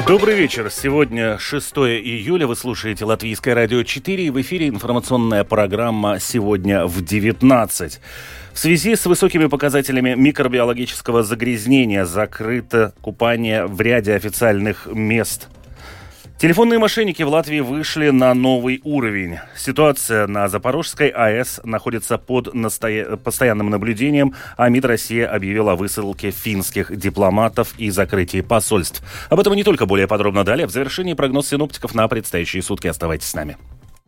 Добрый вечер. Сегодня 6 июля. Вы слушаете Латвийское радио 4. И в эфире информационная программа «Сегодня в 19». В связи с высокими показателями микробиологического загрязнения закрыто купание в ряде официальных мест. Телефонные мошенники в Латвии вышли на новый уровень. Ситуация на Запорожской АЭС находится под постоянным наблюдением, а МИД России объявила о высылке финских дипломатов и закрытии посольств. Об этом не только более подробно далее. В завершении прогноз синоптиков на предстоящие сутки. Оставайтесь с нами.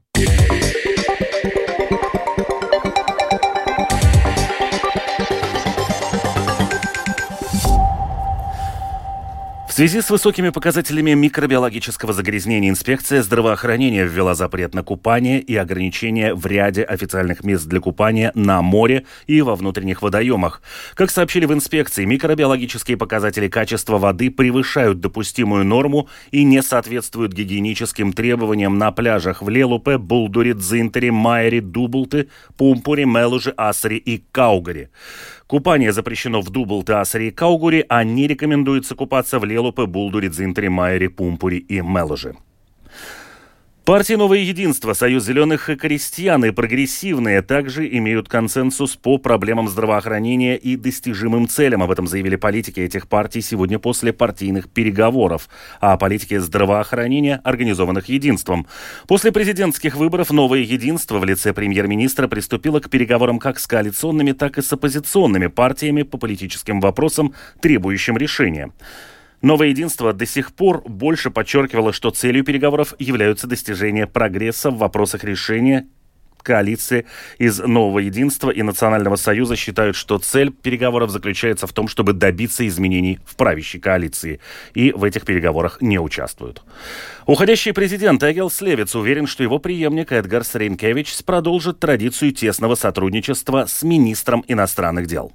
В связи с высокими показателями микробиологического загрязнения инспекция здравоохранения ввела запрет на купание и ограничения в ряде официальных мест для купания на море и во внутренних водоемах. Как сообщили в инспекции, микробиологические показатели качества воды превышают допустимую норму и не соответствуют гигиеническим требованиям на пляжах в Лелупе, Булдуре, Дзинтере, Майере, Дублте, Пумпуре, Мелуже, Асаре и Каугаре. Купание запрещено в Дублте, Асаре и Каугаре, а не рекомендуется купаться в Лелупе, Булдуре, Дзинтере, Майере, Пумпуре и Мелуже. Партия «Новое единство», Союз зеленых и крестьян и прогрессивные также имеют консенсус по проблемам здравоохранения и достижимым целям. Об этом заявили политики этих партий сегодня после партийных переговоров о политике здравоохранения, организованных единством. После президентских выборов «Новое единство» в лице премьер-министра приступило к переговорам как с коалиционными, так и с оппозиционными партиями по политическим вопросам, требующим решения. Новое единство до сих пор больше подчеркивало, что целью переговоров являются достижения прогресса в вопросах решения. Коалиции из Нового единства и Национального союза считают, что цель переговоров заключается в том, чтобы добиться изменений в правящей коалиции, и в этих переговорах не участвуют. Уходящий президент Эгилс Левитс уверен, что его преемник Эдгарс Ринкевичс продолжит традицию тесного сотрудничества с министром иностранных дел.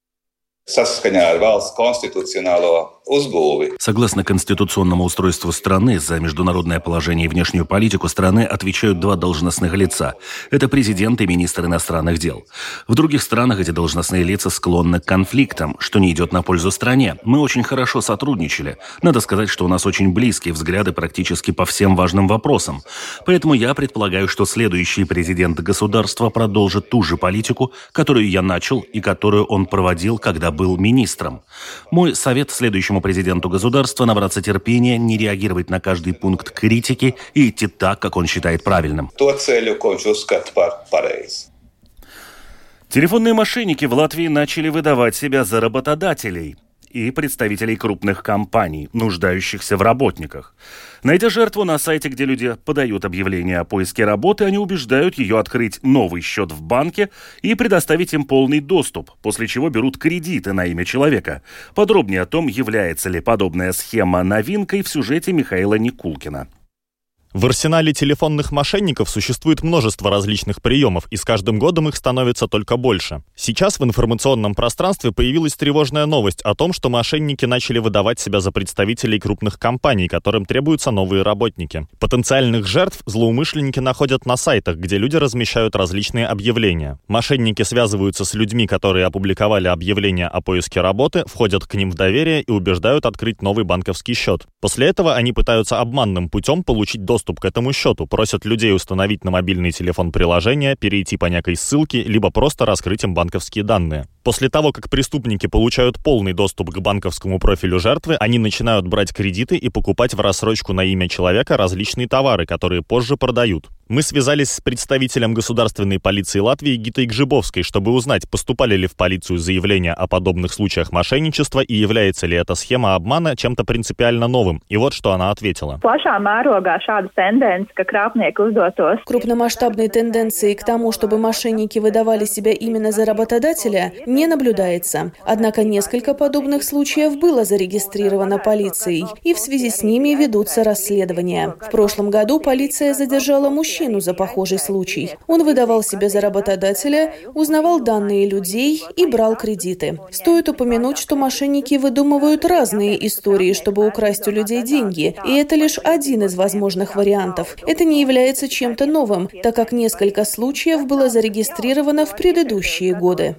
Согласно конституционному устройству страны, за международное положение и внешнюю политику страны отвечают два должностных лица. Это президент и министр иностранных дел. В других странах эти должностные лица склонны к конфликтам, что не идет на пользу стране. Мы очень хорошо сотрудничали. Надо сказать, что у нас очень близкие взгляды практически по всем важным вопросам. Поэтому я предполагаю, что следующий президент государства продолжит ту же политику, которую я начал и которую он проводил, когда был министром. Мой совет следующему президенту государства — набраться терпения, не реагировать на каждый пункт критики и идти так, как он считает правильным. Телефонные мошенники в Латвии начали выдавать себя за работодателей и представителей крупных компаний, нуждающихся в работниках. Найдя жертву на сайте, где люди подают объявление о поиске работы, они убеждают ее открыть новый счет в банке и предоставить им полный доступ, после чего берут кредиты на имя человека. Подробнее о том, является ли подобная схема новинкой, в сюжете Михаила Никулкина. В арсенале телефонных мошенников существует множество различных приемов, и с каждым годом их становится только больше. Сейчас в информационном пространстве появилась тревожная новость о том, что мошенники начали выдавать себя за представителей крупных компаний, которым требуются новые работники. Потенциальных жертв злоумышленники находят на сайтах, где люди размещают различные объявления. Мошенники связываются с людьми, которые опубликовали объявление о поиске работы, входят к ним в доверие и убеждают открыть новый банковский счет. После этого они пытаются обманным путем получить доступ к этому счету, просят людей установить на мобильный телефон приложение, перейти по некой ссылке, либо просто раскрыть им банковские данные. После того, как преступники получают полный доступ к банковскому профилю жертвы, они начинают брать кредиты и покупать в рассрочку на имя человека различные товары, которые позже продают. Мы связались с представителем государственной полиции Латвии Гитой Гжибовской, чтобы узнать, поступали ли в полицию заявления о подобных случаях мошенничества и является ли эта схема обмана чем-то принципиально новым. И вот что она ответила. Крупномасштабной тенденции к тому, чтобы мошенники выдавали себя именно за работодателя, не наблюдается. Однако несколько подобных случаев было зарегистрировано полицией, и в связи с ними ведутся расследования. В прошлом году полиция задержала мужчину, причину за похожий случай. Он выдавал себя за работодателя, узнавал данные людей и брал кредиты. Стоит упомянуть, что мошенники выдумывают разные истории, чтобы украсть у людей деньги, и это лишь один из возможных вариантов. Это не является чем-то новым, так как несколько случаев было зарегистрировано в предыдущие годы.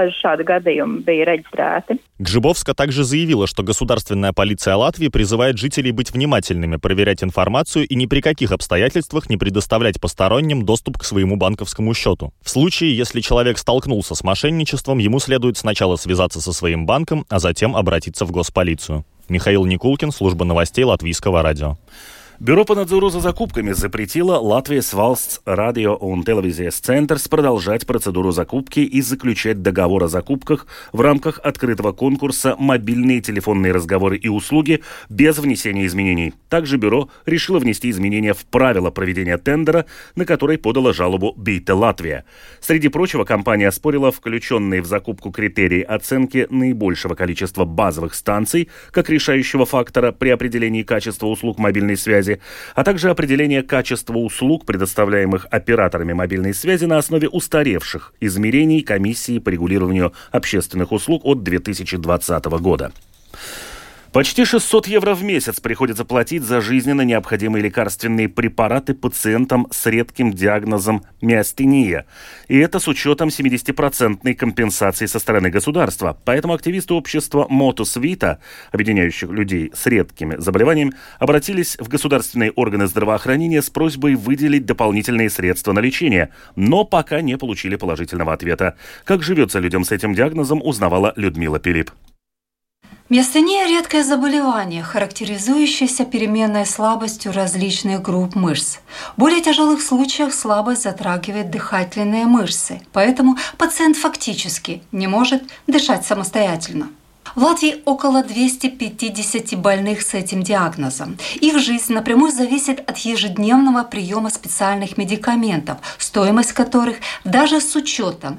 Гжибовска также заявила, что государственная полиция Латвии призывает жителей быть внимательными, проверять информацию и ни при каких обстоятельствах не предоставлять посторонним доступ к своему банковскому счету. В случае, если человек столкнулся с мошенничеством, ему следует сначала связаться со своим банком, а затем обратиться в госполицию. Михаил Никулкин, служба новостей Латвийского радио. Бюро по надзору за закупками запретило Латвijas valsts radio un televīzijas centrs продолжать процедуру закупки и заключать договор о закупках в рамках открытого конкурса «Мобильные телефонные разговоры и услуги» без внесения изменений. Также бюро решило внести изменения в правила проведения тендера, на который подала жалобу Бите Латвия. Среди прочего, компания оспорила включенные в закупку критерии оценки наибольшего количества базовых станций как решающего фактора при определении качества услуг мобильной связи, а также определение качества услуг, предоставляемых операторами мобильной связи на основе устаревших измерений Комиссии по регулированию общественных услуг от 2020 года. Почти 600 евро в месяц приходится платить за жизненно необходимые лекарственные препараты пациентам с редким диагнозом миастения. И это с учетом 70% компенсации со стороны государства. Поэтому активисты общества Motus Vita, объединяющих людей с редкими заболеваниями, обратились в государственные органы здравоохранения с просьбой выделить дополнительные средства на лечение, но пока не получили положительного ответа. Как живется людям с этим диагнозом, узнавала Людмила Пилип. Миастения – редкое заболевание, характеризующееся переменной слабостью различных групп мышц. В более тяжелых случаях слабость затрагивает дыхательные мышцы, поэтому пациент фактически не может дышать самостоятельно. В Латвии около 250 больных с этим диагнозом. Их жизнь напрямую зависит от ежедневного приема специальных медикаментов, стоимость которых даже с учетом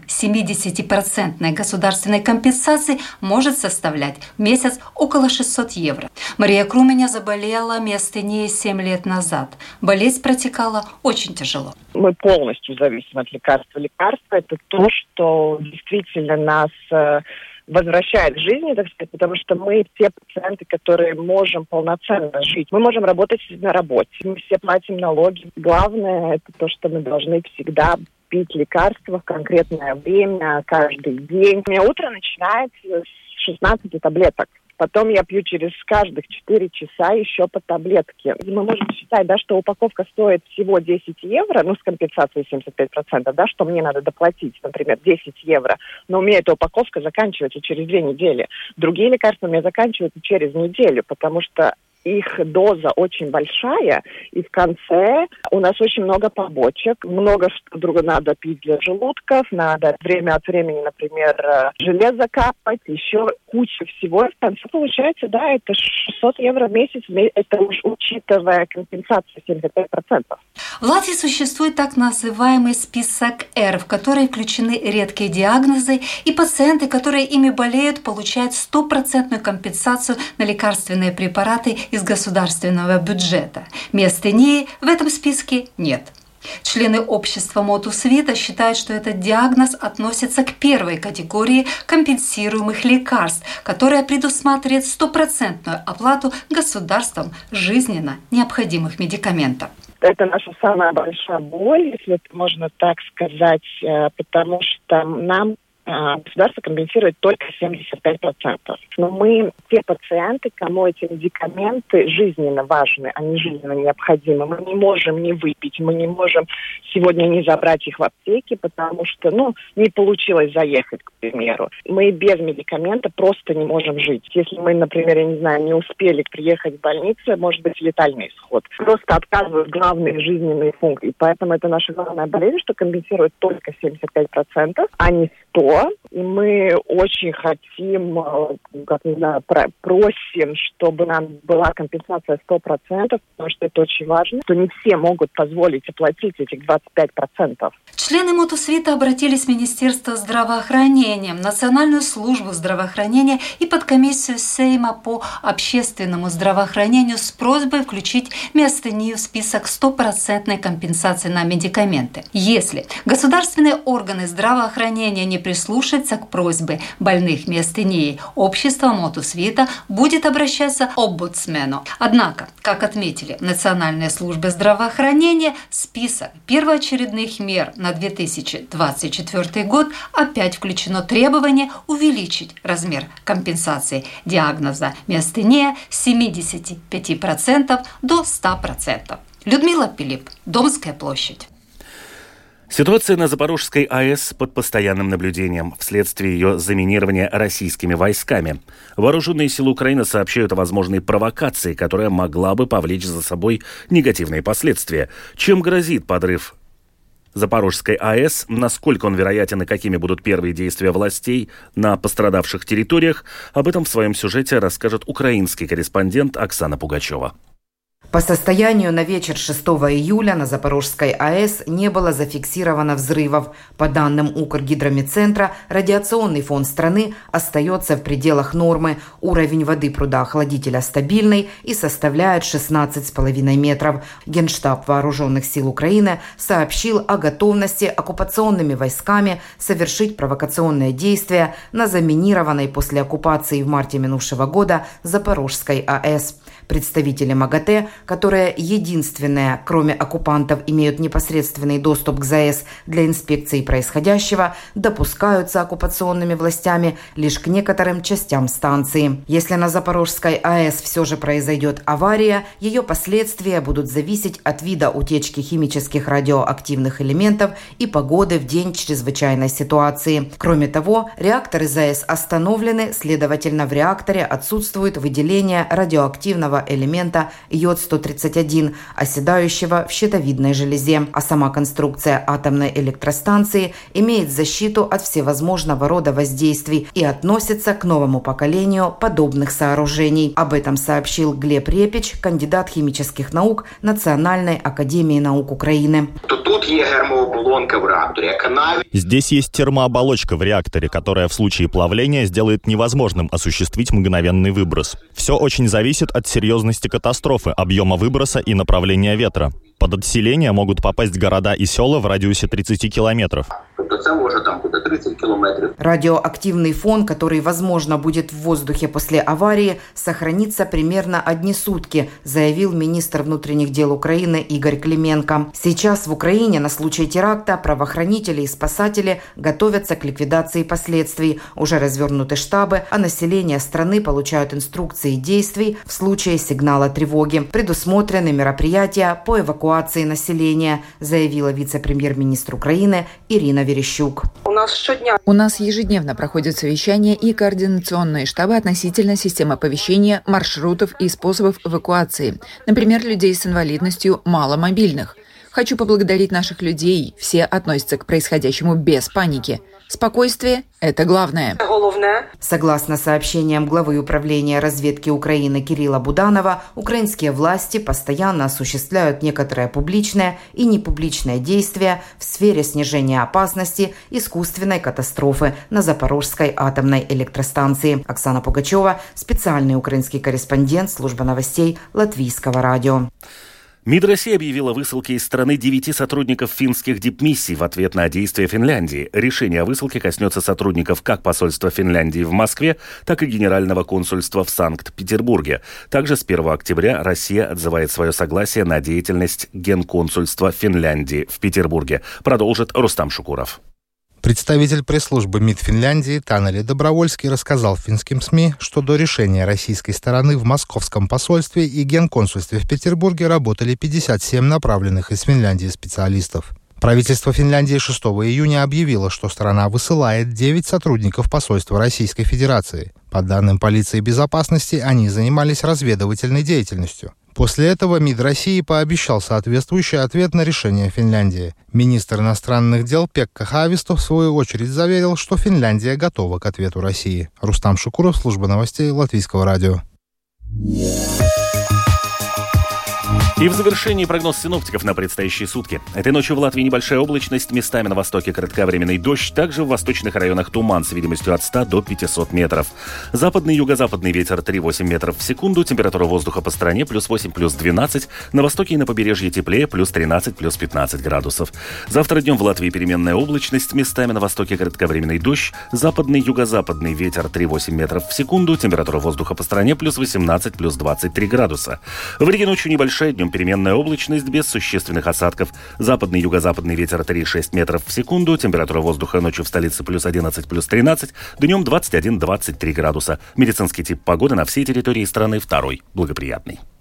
70% государственной компенсации может составлять в месяц около 600 евро. Мария Круменя заболела миастенией 7 лет назад. Болезнь протекала очень тяжело. Мы полностью зависим от лекарства. Лекарство – это то, что действительно нас возвращает к жизни, так сказать, потому что мы те пациенты, которые можем полноценно жить. Мы можем работать на работе, мы все платим налоги. Главное – это то, что мы должны всегда пить лекарства в конкретное время, каждый день. У меня утро начинается с 16 таблеток. Потом я пью через каждых 4 часа еще по таблетке. Мы можем считать, да, что упаковка стоит всего 10 евро, ну, с компенсацией 75%, да, что мне надо доплатить, например, 10 евро. Но у меня эта упаковка заканчивается через 2 недели. Другие лекарства у меня заканчиваются через неделю, потому что их доза очень большая, и в конце у нас очень много побочек. Много что друга надо пить для желудков, надо время от времени, например, железо капать, еще куча всего. В конце получается, да, это 600 евро в месяц, это уж учитывая компенсацию 75%. В Латвии существует так называемый список Р, в который включены редкие диагнозы, и пациенты, которые ими болеют, получают 100% компенсацию на лекарственные препараты из государственного бюджета. Миастении в этом списке нет. Члены общества Motus Vita считают, что этот диагноз относится к первой категории компенсируемых лекарств, которая предусматривает 100% оплату государством жизненно необходимых медикаментов. Это наша самая большая боль, если это можно так сказать, потому что нам государство компенсирует только 75%. Но мы те пациенты, кому эти медикаменты жизненно важны, они жизненно необходимы. Мы не можем не выпить, мы не можем сегодня не забрать их в аптеке, потому что, не получилось заехать, к примеру. Мы без медикамента просто не можем жить. Если мы, например, не успели приехать в больницу, может быть летальный исход. Просто отказывают главные жизненные функции. Поэтому это наша главная болезнь, что компенсирует только 75%, а не 100%. тяжело, и мы очень хотим, просим, чтобы нам была компенсация 100%, потому что это очень важно, что не все могут позволить оплатить этих 25%. Члены Мотусвита обратились в Министерство здравоохранения, Национальную службу здравоохранения и подкомиссию Сейма по общественному здравоохранению с просьбой включить миостению в список 100% компенсации на медикаменты. Если государственные органы здравоохранения не прислушаются к просьбе больных миостенией, общество Мотусвита будет обращаться к омбудсмену. Однако, как отметили Национальная служба здравоохранения, список первоочередных мер на 2024 год опять включено требование увеличить размер компенсации диагноза миостения с 75% до 100%. Людмила Пилип, Домская площадь. Ситуация на Запорожской АЭС под постоянным наблюдением вследствие ее заминирования российскими войсками. Вооруженные силы Украины сообщают о возможной провокации, которая могла бы повлечь за собой негативные последствия. Чем грозит подрыв Запорожской АЭС, насколько он вероятен и какими будут первые действия властей на пострадавших территориях, об этом в своем сюжете расскажет украинский корреспондент Оксана Пугачева. По состоянию на вечер 6 июля на Запорожской АЭС не было зафиксировано взрывов. По данным Укргидромедцентра, радиационный фон страны остается в пределах нормы. Уровень воды пруда охладителя стабильный и составляет 16,5 метров. Генштаб Вооруженных сил Украины сообщил о готовности оккупационными войсками совершить провокационные действия на заминированной после оккупации в марте минувшего года Запорожской АЭС. Представители МАГАТЭ, которые единственные, кроме оккупантов, имеют непосредственный доступ к ЗАЭС для инспекции происходящего, допускаются оккупационными властями лишь к некоторым частям станции. Если на Запорожской АЭС все же произойдет авария, ее последствия будут зависеть от вида утечки химических радиоактивных элементов и погоды в день чрезвычайной ситуации. Кроме того, реакторы ЗАЭС остановлены, следовательно, в реакторе отсутствует выделение радиоактивного элемента йод-131, оседающего в щитовидной железе, а сама конструкция атомной электростанции имеет защиту от всевозможного рода воздействий и относится к новому поколению подобных сооружений. Об этом сообщил Глеб Репич, кандидат химических наук Национальной академии наук Украины. Здесь есть термооболочка в реакторе, которая в случае плавления сделает невозможным осуществить мгновенный выброс. Все очень зависит от серьезности катастрофы, объема выброса и направления ветра. Под отселение могут попасть города и села в радиусе 30 километров. Радиоактивный фон, который, возможно, будет в воздухе после аварии, сохранится примерно 1 сутки, заявил министр внутренних дел Украины Игорь Клименко. Сейчас в Украине на случай теракта правоохранители и спасатели готовятся к ликвидации последствий. Уже развернуты штабы, а население страны получают инструкции действий в случае сигнала тревоги. Предусмотрены мероприятия по эвакуации населения, заявила вице-премьер-министр Украины Ирина Верещук. У нас ежедневно проходят совещания и координационные штабы относительно системы оповещения, маршрутов и способов эвакуации. Например, людей с инвалидностью, маломобильных. Хочу поблагодарить наших людей. Все относятся к происходящему без паники. Спокойствие – это главное. Согласно сообщениям главы управления разведки Украины Кирилла Буданова, украинские власти постоянно осуществляют некоторые публичные и непубличные действия в сфере снижения опасности искусственной катастрофы на Запорожской атомной электростанции. Оксана Пугачева, специальный украинский корреспондент службы новостей Латвийского радио. МИД России объявила высылки из страны 9 сотрудников финских дипмиссий в ответ на действия Финляндии. Решение о высылке коснется сотрудников как посольства Финляндии в Москве, так и Генерального консульства в Санкт-Петербурге. Также с 1 октября Россия отзывает свое согласие на деятельность Генконсульства Финляндии в Петербурге. Продолжит Рустам Шукуров. Представитель пресс-службы МИД Финляндии Танели Добровольский рассказал финским СМИ, что до решения российской стороны в московском посольстве и генконсульстве в Петербурге работали 57 направленных из Финляндии специалистов. Правительство Финляндии 6 июня объявило, что страна высылает 9 сотрудников посольства Российской Федерации. По данным полиции безопасности, они занимались разведывательной деятельностью. После этого МИД России пообещал соответствующий ответ на решение Финляндии. Министр иностранных дел Пекка Хааvisto в свою очередь заверил, что Финляндия готова к ответу России. Рустам Шукуров, служба новостей Латвийского радио. И в завершении прогноз синоптиков на предстоящие сутки. Этой ночью в Латвии небольшая облачность, местами на востоке кратковременный дождь, также в восточных районах туман с видимостью от 100 до 500 метров. Западный и юго-западный ветер 3-8 метров в секунду, температура воздуха по стране плюс 8, плюс 12, на востоке и на побережье теплее плюс 13, плюс 15 градусов. Завтра днем в Латвии переменная облачность, местами на востоке кратковременный дождь, западный и юго-западный ветер 3-8 метров в секунду, температура воздуха по стране плюс 18, плюс 23 градуса. В Риге ночью небольшая, днем переменная облачность без существенных осадков. Западный и юго-западный ветер 3-6 метров в секунду. Температура воздуха ночью в столице плюс 11, плюс 13. Днем 21-23 градуса. Медицинский тип погоды на всей территории страны второй. Благоприятный.